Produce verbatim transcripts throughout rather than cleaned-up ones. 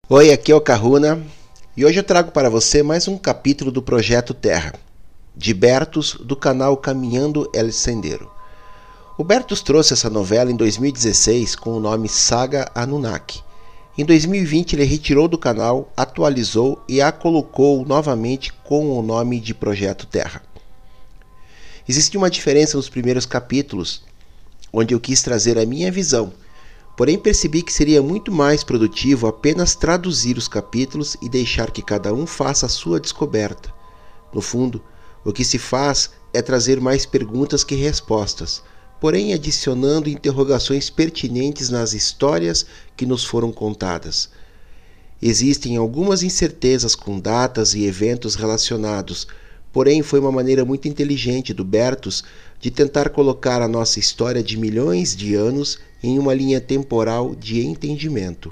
Oi, aqui é o Kahuna e hoje eu trago para você mais um capítulo do Projeto Terra, de Bertus, do canal Caminhando El Sendero. O Bertus trouxe essa novela em dois mil e dezesseis com o nome Saga Anunnaki. Em dois mil e vinte ele retirou do canal, atualizou e a colocou novamente com o nome de Projeto Terra. Existe uma diferença nos primeiros capítulos, onde eu quis trazer a minha visão. Porém, percebi que seria muito mais produtivo apenas traduzir os capítulos e deixar que cada um faça a sua descoberta. No fundo, o que se faz é trazer mais perguntas que respostas, porém adicionando interrogações pertinentes nas histórias que nos foram contadas. Existem algumas incertezas com datas e eventos relacionados, porém foi uma maneira muito inteligente do Bertus de tentar colocar a nossa história de milhões de anos em uma linha temporal de entendimento.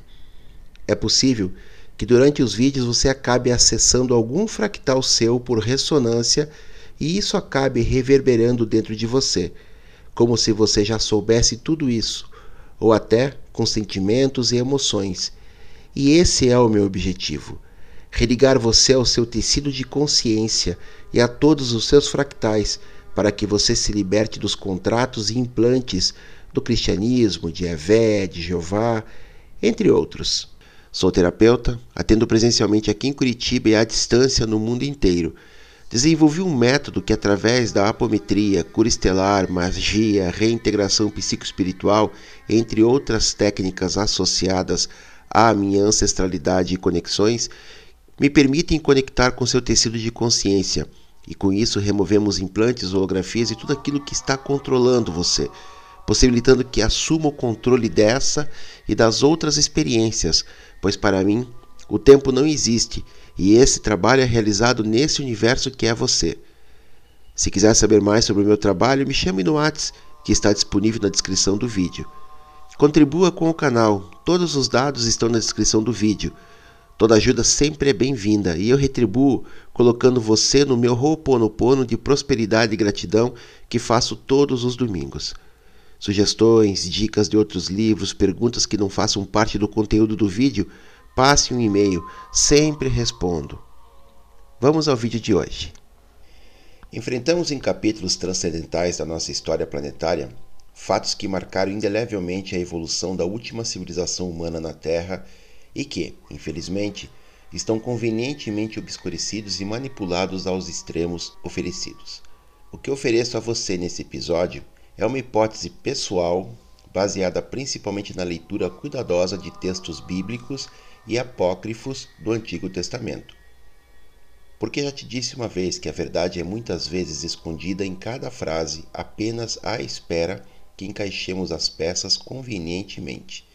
É possível que durante os vídeos você acabe acessando algum fractal seu por ressonância e isso acabe reverberando dentro de você, como se você já soubesse tudo isso, ou até com sentimentos e emoções. E esse é o meu objetivo: religar você ao seu tecido de consciência e a todos os seus fractais, para que você se liberte dos contratos e implantes do cristianismo, de Yahvé, de Jeová, entre outros. Sou terapeuta, atendo presencialmente aqui em Curitiba e à distância no mundo inteiro. Desenvolvi um método que, através da apometria, cura estelar, magia, reintegração psicoespiritual, entre outras técnicas associadas à minha ancestralidade e conexões, me permitem conectar com seu tecido de consciência. E com isso removemos implantes, holografias e tudo aquilo que está controlando você, possibilitando que assuma o controle dessa e das outras experiências, pois para mim o tempo não existe e esse trabalho é realizado nesse universo que é você. Se quiser saber mais sobre o meu trabalho, me chame no WhatsApp, que está disponível na descrição do vídeo. Contribua com o canal, todos os dados estão na descrição do vídeo. Toda ajuda sempre é bem-vinda e eu retribuo colocando você no meu Ho'oponopono de prosperidade e gratidão que faço todos os domingos. Sugestões, dicas de outros livros, perguntas que não façam parte do conteúdo do vídeo, passe um e-mail, sempre respondo. Vamos ao vídeo de hoje. Enfrentamos em capítulos transcendentais da nossa história planetária fatos que marcaram indelevelmente a evolução da última civilização humana na Terra e que, infelizmente, estão convenientemente obscurecidos e manipulados aos extremos oferecidos. O que ofereço a você nesse episódio é uma hipótese pessoal, baseada principalmente na leitura cuidadosa de textos bíblicos e apócrifos do Antigo Testamento. Porque já te disse uma vez que a verdade é muitas vezes escondida em cada frase, apenas à espera que encaixemos as peças convenientemente.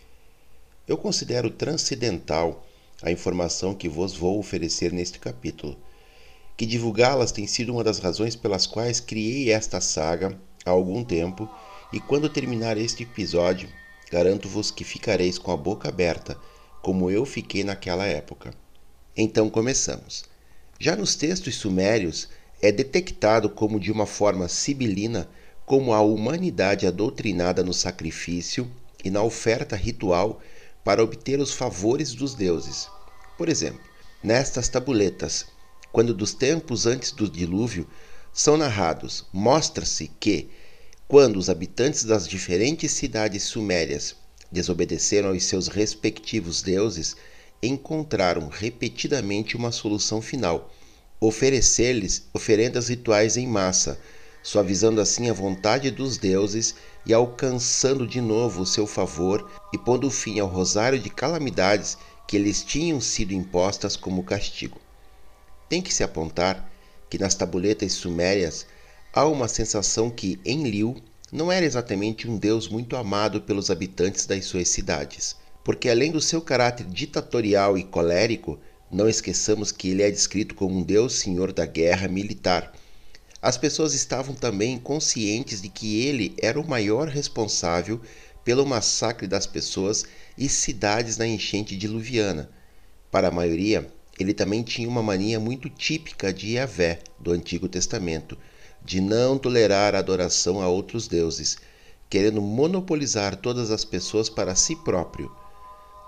Eu considero transcendental a informação que vos vou oferecer neste capítulo, que divulgá-las tem sido uma das razões pelas quais criei esta saga há algum tempo, e quando terminar este episódio, garanto-vos que ficareis com a boca aberta, como eu fiquei naquela época. Então começamos. Já nos textos sumérios, é detectado como de uma forma sibilina como a humanidade é doutrinada no sacrifício e na oferta ritual para obter os favores dos deuses. Por exemplo, nestas tabuletas, quando dos tempos antes do dilúvio são narrados, mostra-se que, quando os habitantes das diferentes cidades sumérias desobedeceram aos seus respectivos deuses, encontraram repetidamente uma solução final: oferecer-lhes oferendas rituais em massa, suavizando assim a vontade dos deuses e alcançando de novo o seu favor e pondo fim ao rosário de calamidades que lhes tinham sido impostas como castigo. Tem que se apontar que nas tabuletas sumérias há uma sensação que Enlil não era exatamente um deus muito amado pelos habitantes das suas cidades, porque além do seu caráter ditatorial e colérico, não esqueçamos que ele é descrito como um deus senhor da guerra militar. As pessoas estavam também conscientes de que ele era o maior responsável pelo massacre das pessoas e cidades na enchente diluviana. Para a maioria, ele também tinha uma mania muito típica de Yahvé, do Antigo Testamento, de não tolerar a adoração a outros deuses, querendo monopolizar todas as pessoas para si próprio.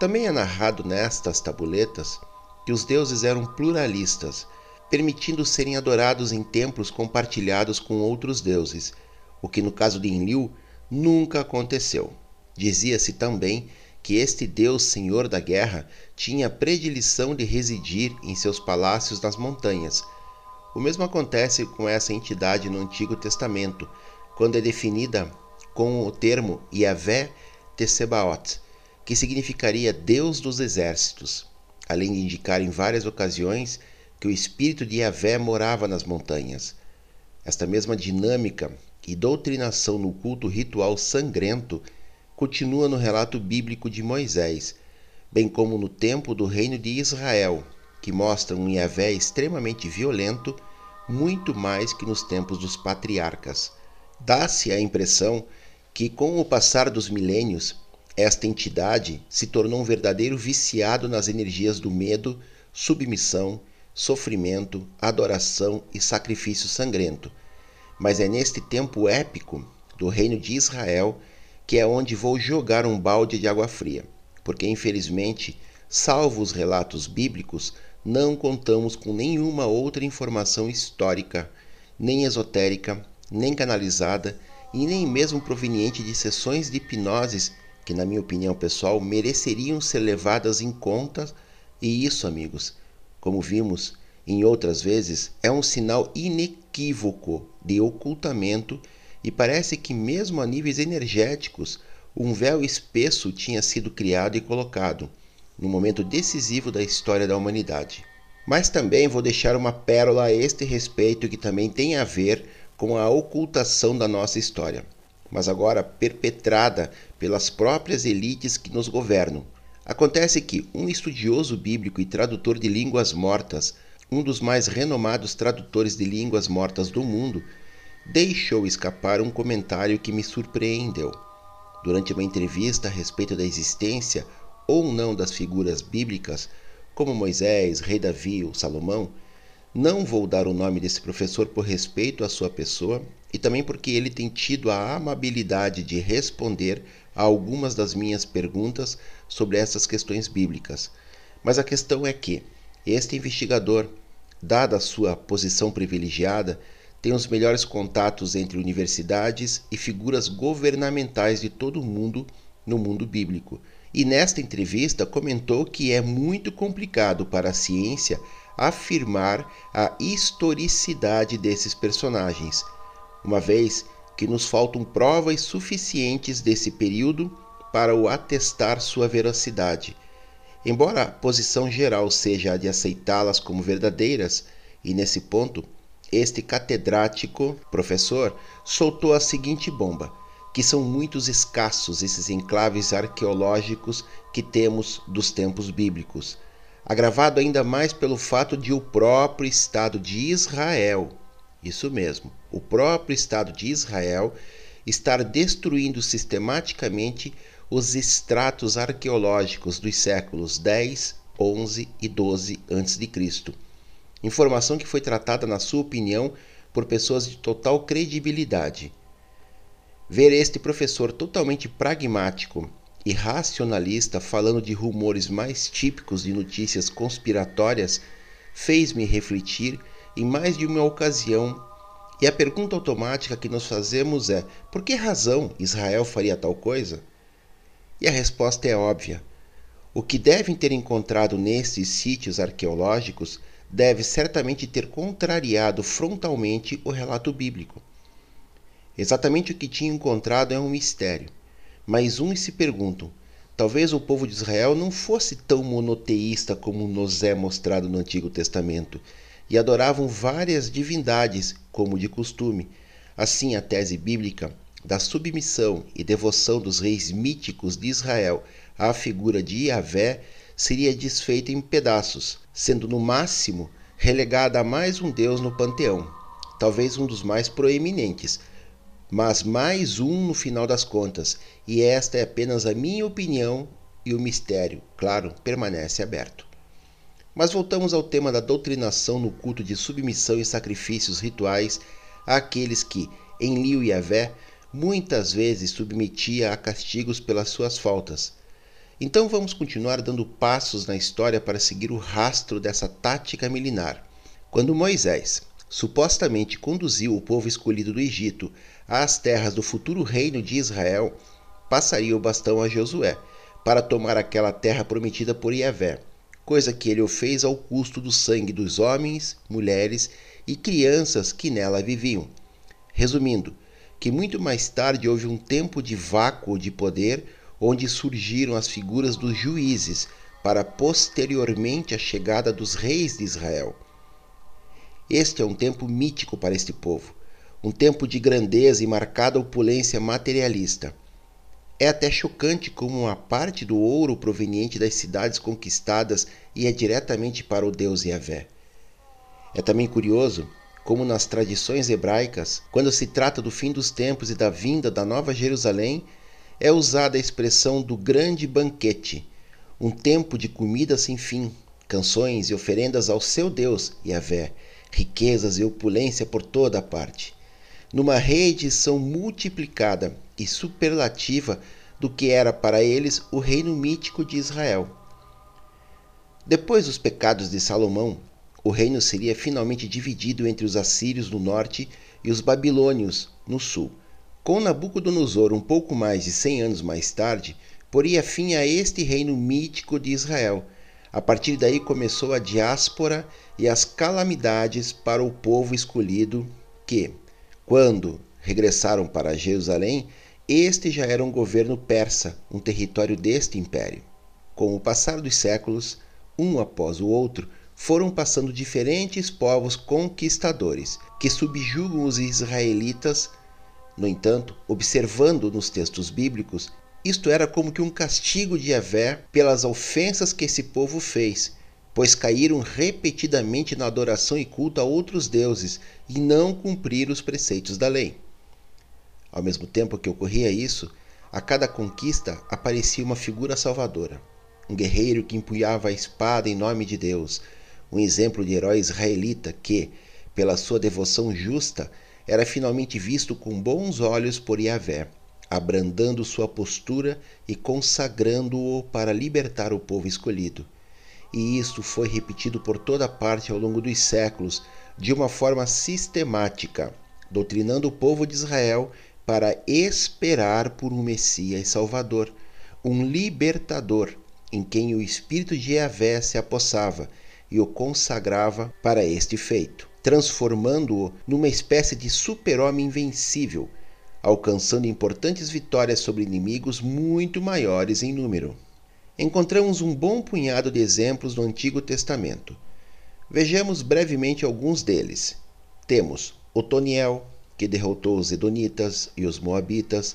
Também é narrado nestas tabuletas que os deuses eram pluralistas, permitindo serem adorados em templos compartilhados com outros deuses, o que no caso de Enlil nunca aconteceu. Dizia-se também que este deus senhor da guerra tinha a predileção de residir em seus palácios nas montanhas. O mesmo acontece com essa entidade no Antigo Testamento, quando é definida com o termo Yahvé Tsebaot, que significaria Deus dos exércitos, além de indicar em várias ocasiões que o espírito de Yahvé morava nas montanhas. Esta mesma dinâmica e doutrinação no culto ritual sangrento continua no relato bíblico de Moisés, bem como no tempo do reino de Israel, que mostra um Yahvé extremamente violento, muito mais que nos tempos dos patriarcas. Dá-se a impressão que, com o passar dos milênios, esta entidade se tornou um verdadeiro viciado nas energias do medo, submissão, sofrimento, adoração e sacrifício sangrento. Mas é neste tempo épico do reino de Israel que é onde vou jogar um balde de água fria, porque infelizmente, salvo os relatos bíblicos, não contamos com nenhuma outra informação histórica, nem esotérica, nem canalizada e nem mesmo proveniente de sessões de hipnoses que, na minha opinião pessoal, mereceriam ser levadas em conta. E isso, amigos, como vimos em outras vezes, é um sinal inequívoco de ocultamento e parece que mesmo a níveis energéticos, um véu espesso tinha sido criado e colocado, no momento decisivo da história da humanidade. Mas também vou deixar uma pérola a este respeito que também tem a ver com a ocultação da nossa história, mas agora perpetrada pelas próprias elites que nos governam. Acontece que um estudioso bíblico e tradutor de línguas mortas, um dos mais renomados tradutores de línguas mortas do mundo, deixou escapar um comentário que me surpreendeu. Durante uma entrevista a respeito da existência ou não das figuras bíblicas, como Moisés, Rei Davi ou Salomão, não vou dar o nome desse professor por respeito à sua pessoa e também porque ele tem tido a amabilidade de responder a algumas das minhas perguntas sobre essas questões bíblicas. Mas a questão é que este investigador, dada a sua posição privilegiada, tem os melhores contatos entre universidades e figuras governamentais de todo o mundo no mundo bíblico. E nesta entrevista comentou que é muito complicado para a ciência afirmar a historicidade desses personagens, uma vez que nos faltam provas suficientes desse período para o atestar sua veracidade. Embora a posição geral seja a de aceitá-las como verdadeiras, e nesse ponto, este catedrático professor soltou a seguinte bomba, que são muitos escassos esses enclaves arqueológicos que temos dos tempos bíblicos, agravado ainda mais pelo fato de o próprio Estado de Israel, isso mesmo, o próprio Estado de Israel, estar destruindo sistematicamente os extratos arqueológicos dos séculos dez, onze e doze antes de Cristo. Informação que foi tratada, na sua opinião, por pessoas de total credibilidade. Ver este professor totalmente pragmático e racionalista falando de rumores mais típicos de notícias conspiratórias fez-me refletir em mais de uma ocasião, e a pergunta automática que nos fazemos é: por que razão Israel faria tal coisa? E a resposta é óbvia. O que devem ter encontrado nestes sítios arqueológicos deve certamente ter contrariado frontalmente o relato bíblico. Exatamente o que tinha encontrado é um mistério, mas uns se perguntam: talvez o povo de Israel não fosse tão monoteísta como nos é mostrado no Antigo Testamento, e adoravam várias divindades, como de costume. Assim, a tese bíblica da submissão e devoção dos reis míticos de Israel à figura de Yahvé seria desfeita em pedaços, sendo no máximo relegada a mais um deus no panteão, talvez um dos mais proeminentes, mas mais um no final das contas, e esta é apenas a minha opinião e o mistério, claro, permanece aberto. Mas voltamos ao tema da doutrinação no culto de submissão e sacrifícios rituais àqueles que, em Enlil, Yahvé muitas vezes submetia a castigos pelas suas faltas. Então vamos continuar dando passos na história para seguir o rastro dessa tática milenar. Quando Moisés supostamente conduziu o povo escolhido do Egito às terras do futuro reino de Israel, passaria o bastão a Josué para tomar aquela terra prometida por Yahvé, coisa que ele o fez ao custo do sangue dos homens, mulheres e crianças que nela viviam. Resumindo, que muito mais tarde houve um tempo de vácuo de poder onde surgiram as figuras dos juízes para posteriormente a chegada dos reis de Israel. Este é um tempo mítico para este povo, um tempo de grandeza e marcada opulência materialista. É até chocante como uma parte do ouro proveniente das cidades conquistadas ia diretamente para o Deus Yahvé. É também curioso como nas tradições hebraicas, quando se trata do fim dos tempos e da vinda da Nova Jerusalém, é usada a expressão do grande banquete, um tempo de comida sem fim, canções e oferendas ao seu Deus, Yahvé, riquezas e opulência por toda a parte, numa reedição multiplicada e superlativa do que era para eles o reino mítico de Israel. Depois dos pecados de Salomão, o reino seria finalmente dividido entre os assírios no norte e os babilônios no sul. Com Nabucodonosor um pouco mais de cem anos mais tarde, poria fim a este reino mítico de Israel. A partir daí começou a diáspora e as calamidades para o povo escolhido que, quando regressaram para Jerusalém, este já era um governo persa, um território deste império. Com o passar dos séculos, um após o outro, foram passando diferentes povos conquistadores, que subjugam os israelitas. No entanto, observando nos textos bíblicos, isto era como que um castigo de Yahvé pelas ofensas que esse povo fez, pois caíram repetidamente na adoração e culto a outros deuses e não cumpriram os preceitos da lei. Ao mesmo tempo que ocorria isso, a cada conquista aparecia uma figura salvadora, um guerreiro que empunhava a espada em nome de Deus, um exemplo de herói israelita que, pela sua devoção justa, era finalmente visto com bons olhos por Yahvé, abrandando sua postura e consagrando-o para libertar o povo escolhido. E isto foi repetido por toda parte ao longo dos séculos, de uma forma sistemática, doutrinando o povo de Israel para esperar por um Messias Salvador, um libertador, em quem o Espírito de Yahvé se apossava e o consagrava para este feito, transformando-o numa espécie de super-homem invencível, alcançando importantes vitórias sobre inimigos muito maiores em número. Encontramos um bom punhado de exemplos no Antigo Testamento. Vejamos brevemente alguns deles. Temos Otoniel, que derrotou os Edonitas e os Moabitas,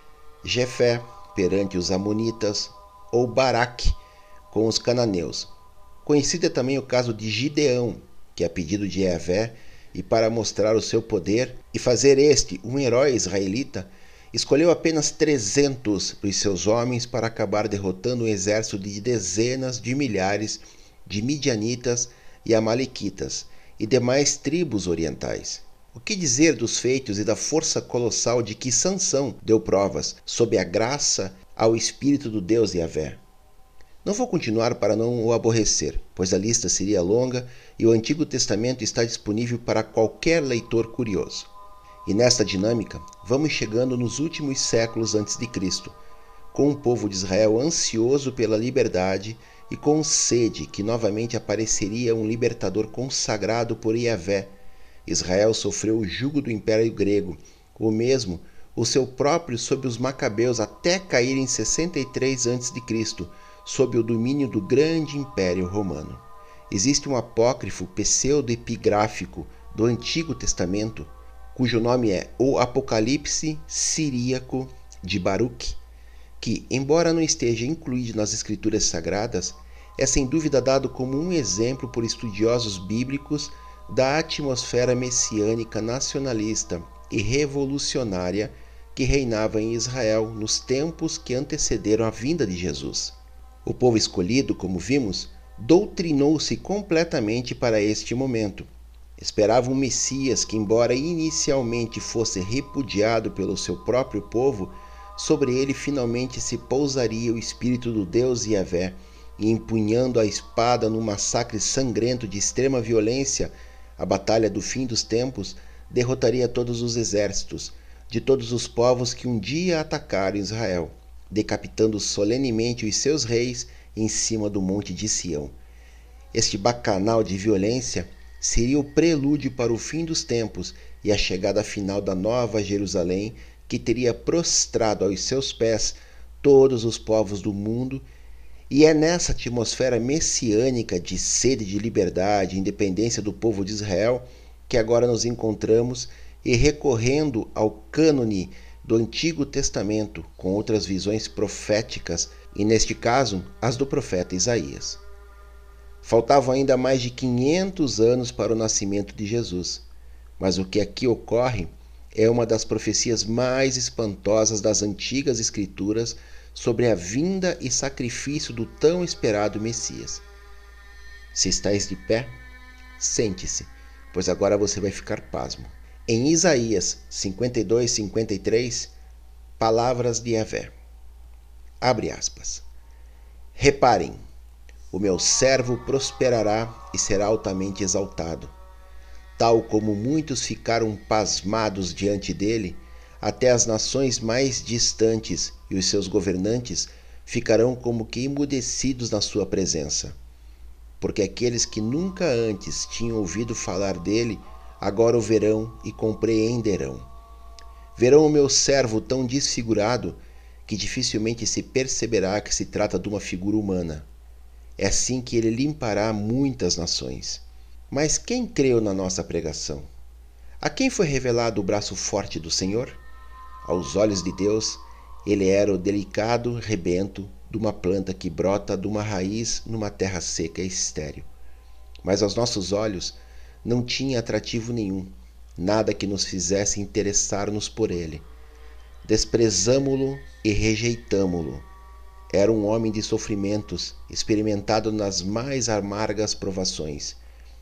Jefé perante os Amonitas, ou Baraque com os cananeus. Conhecido é também o caso de Gideão, que a pedido de Yahvé e para mostrar o seu poder e fazer este um herói israelita, escolheu apenas trezentos dos seus homens para acabar derrotando um exército de dezenas de milhares de midianitas e amalequitas e demais tribos orientais. O que dizer dos feitos e da força colossal de que Sansão deu provas, sob a graça ao Espírito do Deus Yahvé? Não vou continuar para não o aborrecer, pois a lista seria longa e o Antigo Testamento está disponível para qualquer leitor curioso. E nesta dinâmica, vamos chegando nos últimos séculos antes de Cristo, com o povo de Israel ansioso pela liberdade e com sede que novamente apareceria um libertador consagrado por Yahvé. Israel sofreu o jugo do Império Grego, o mesmo o seu próprio sob os Macabeus até cair em sessenta e três antes de Cristo, sob o domínio do grande Império Romano. Existe um apócrifo pseudo-epigráfico do Antigo Testamento, cujo nome é o Apocalipse Siríaco de Baruque, que, embora não esteja incluído nas Escrituras Sagradas, é sem dúvida dado como um exemplo por estudiosos bíblicos da atmosfera messiânica nacionalista e revolucionária que reinava em Israel nos tempos que antecederam a vinda de Jesus. O povo escolhido, como vimos, doutrinou-se completamente para este momento. Esperava um Messias que, embora inicialmente fosse repudiado pelo seu próprio povo, sobre ele finalmente se pousaria o espírito do Deus Yahvé, e empunhando a espada num massacre sangrento de extrema violência, a batalha do fim dos tempos derrotaria todos os exércitos de todos os povos que um dia atacaram Israel, decapitando solenemente os seus reis em cima do monte de Sião. Este bacanal de violência seria o prelúdio para o fim dos tempos e a chegada final da nova Jerusalém, que teria prostrado aos seus pés todos os povos do mundo. E é nessa atmosfera messiânica de sede de liberdade e independência do povo de Israel que agora nos encontramos, e recorrendo ao cânone do Antigo Testamento com outras visões proféticas, e neste caso as do profeta Isaías. Faltavam ainda mais de quinhentos anos para o nascimento de Jesus, mas o que aqui ocorre é uma das profecias mais espantosas das antigas Escrituras sobre a vinda e sacrifício do tão esperado Messias. Se estáis de pé, sente-se, pois agora você vai ficar pasmo. Em Isaías cinquenta e dois, cinquenta e três, palavras de Yahvé. Abre aspas. Reparem, o meu servo prosperará e será altamente exaltado. Tal como muitos ficaram pasmados diante dele, até as nações mais distantes e os seus governantes ficarão como que emudecidos na sua presença. Porque aqueles que nunca antes tinham ouvido falar dele, agora o verão e compreenderão. Verão o meu servo tão desfigurado que dificilmente se perceberá que se trata de uma figura humana. É assim que ele limpará muitas nações. Mas quem creu na nossa pregação? A quem foi revelado o braço forte do Senhor? Aos olhos de Deus, ele era o delicado rebento de uma planta que brota de uma raiz numa terra seca e estéril. Mas aos nossos olhos não tinha atrativo nenhum, nada que nos fizesse interessar-nos por ele. Desprezamo-lo e rejeitamo-lo. Era um homem de sofrimentos, experimentado nas mais amargas provações.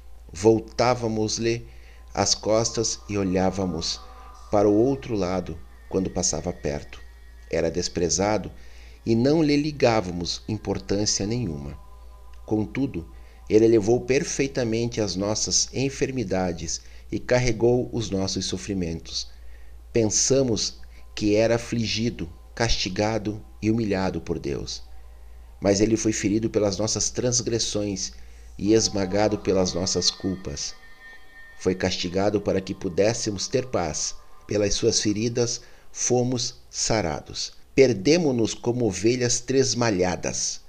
Voltávamos-lhe as costas e olhávamos para o outro lado quando passava perto. Era desprezado e não lhe ligávamos importância nenhuma. Contudo, ele levou perfeitamente as nossas enfermidades e carregou os nossos sofrimentos. Pensamos que era afligido, castigado e humilhado por Deus. Mas ele foi ferido pelas nossas transgressões e esmagado pelas nossas culpas. Foi castigado para que pudéssemos ter paz. Pelas suas feridas fomos sarados. Perdemo-nos como ovelhas tresmalhadas.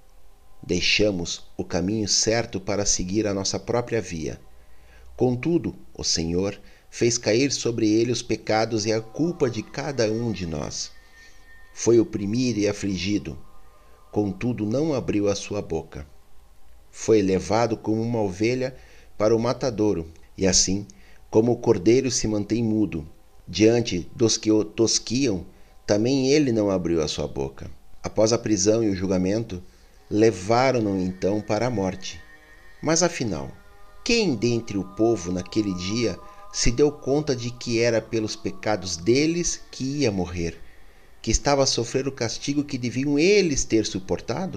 Deixamos o caminho certo para seguir a nossa própria via. Contudo, o Senhor fez cair sobre ele os pecados e a culpa de cada um de nós. Foi oprimido e afligido, contudo não abriu a sua boca. Foi levado como uma ovelha para o matadouro, e assim, como o cordeiro se mantém mudo diante dos que o tosquiam, também ele não abriu a sua boca. Após a prisão e o julgamento, levaram-no então para a morte. Mas afinal, quem dentre o povo naquele dia se deu conta de que era pelos pecados deles que ia morrer, que estava a sofrer o castigo que deviam eles ter suportado?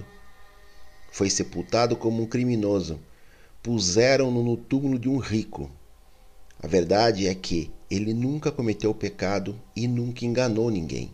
Foi sepultado como um criminoso. Puseram-no no túmulo de um rico. A verdade é que ele nunca cometeu pecado e nunca enganou ninguém.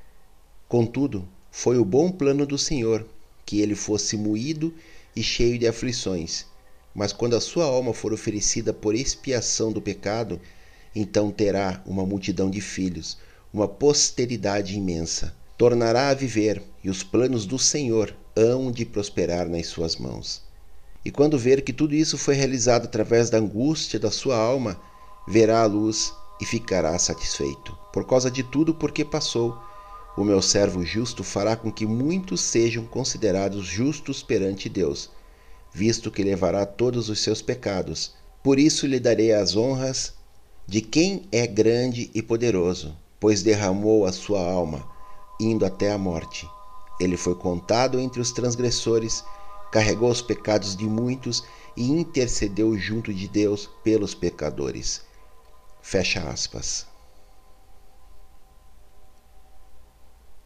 Contudo, foi o bom plano do Senhor que ele fosse moído e cheio de aflições. Mas quando a sua alma for oferecida por expiação do pecado, então terá uma multidão de filhos, uma posteridade imensa. Tornará a viver, e os planos do Senhor hão de prosperar nas suas mãos. E quando ver que tudo isso foi realizado através da angústia da sua alma, verá a luz e ficará satisfeito. Por causa de tudo porque passou, o meu servo justo fará com que muitos sejam considerados justos perante Deus, visto que levará todos os seus pecados. Por isso lhe darei as honras de quem é grande e poderoso, pois derramou a sua alma, indo até a morte. Ele foi contado entre os transgressores, carregou os pecados de muitos e intercedeu junto de Deus pelos pecadores. Fecha aspas.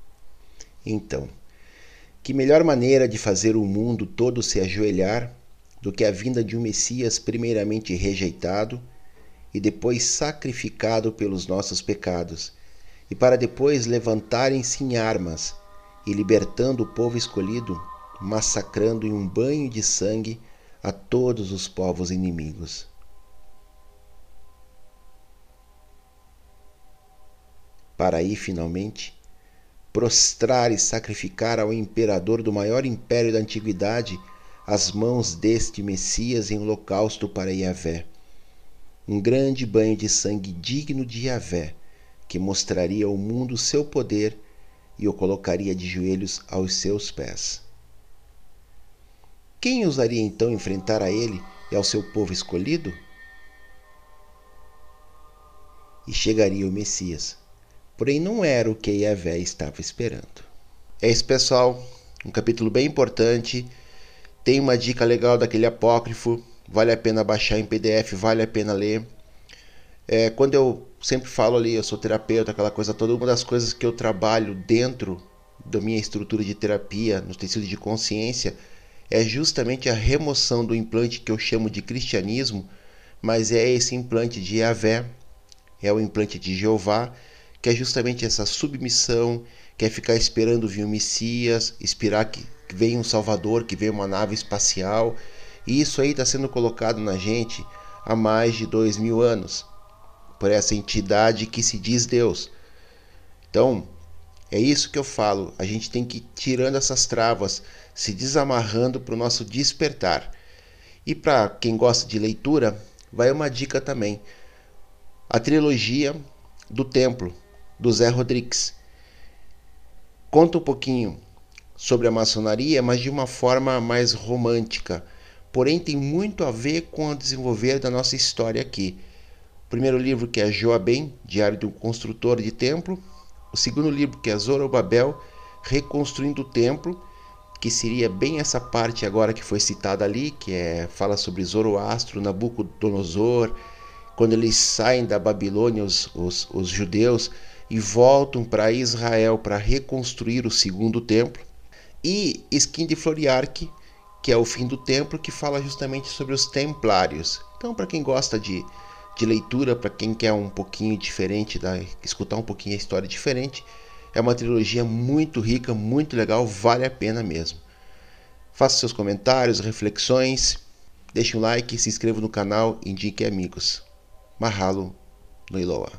Então, que melhor maneira de fazer o mundo todo se ajoelhar do que a vinda de um Messias primeiramente rejeitado e depois sacrificado pelos nossos pecados, e para depois levantarem-se em armas e libertando o povo escolhido, massacrando em um banho de sangue a todos os povos inimigos. Para aí, finalmente, prostrar e sacrificar ao imperador do maior império da antiguidade as mãos deste Messias em holocausto para Yahvé. Um grande banho de sangue digno de Yahvé, que mostraria ao mundo seu poder e o colocaria de joelhos aos seus pés. Quem ousaria então enfrentar a ele e ao seu povo escolhido? E chegaria o Messias, porém não era o que Yahvé estava esperando. É isso, pessoal, um capítulo bem importante. Tem uma dica legal daquele apócrifo, vale a pena baixar em P D F, vale a pena ler. É, quando eu sempre falo ali, eu sou terapeuta, aquela coisa toda, uma das coisas que eu trabalho dentro da minha estrutura de terapia, no tecido de consciência, é justamente a remoção do implante que eu chamo de cristianismo, mas é esse implante de Yahvé, é o implante de Jeová, que é justamente essa submissão, que é ficar esperando vir o Messias, esperar que venha um Salvador, que venha uma nave espacial. E isso aí está sendo colocado na gente há mais de dois mil anos, por essa entidade que se diz Deus. Então, é isso que eu falo, a gente tem que ir tirando essas travas, se desamarrando para o nosso despertar. E para quem gosta de leitura, vai uma dica também. A trilogia do Templo, do Zé Rodrigues. Conta um pouquinho sobre a maçonaria, mas de uma forma mais romântica. Porém, tem muito a ver com o desenvolver da nossa história aqui. O primeiro livro, que é Joabem, Diário de um Construtor de Templo. O segundo livro, que é Zorobabel, Reconstruindo o Templo, que seria bem essa parte agora que foi citada ali, que é, fala sobre Zoroastro, Nabucodonosor, quando eles saem da Babilônia, os, os, os judeus, e voltam para Israel para reconstruir o segundo templo. E Skin de Floriarque, que é o fim do templo, que fala justamente sobre os templários. Então, para quem gosta de, de leitura, para quem quer um pouquinho diferente, da, escutar um pouquinho a história diferente, é uma trilogia muito rica, muito legal, vale a pena mesmo. Faça seus comentários, reflexões, deixe um like, se inscreva no canal, indique amigos. Mahalo no Iloa.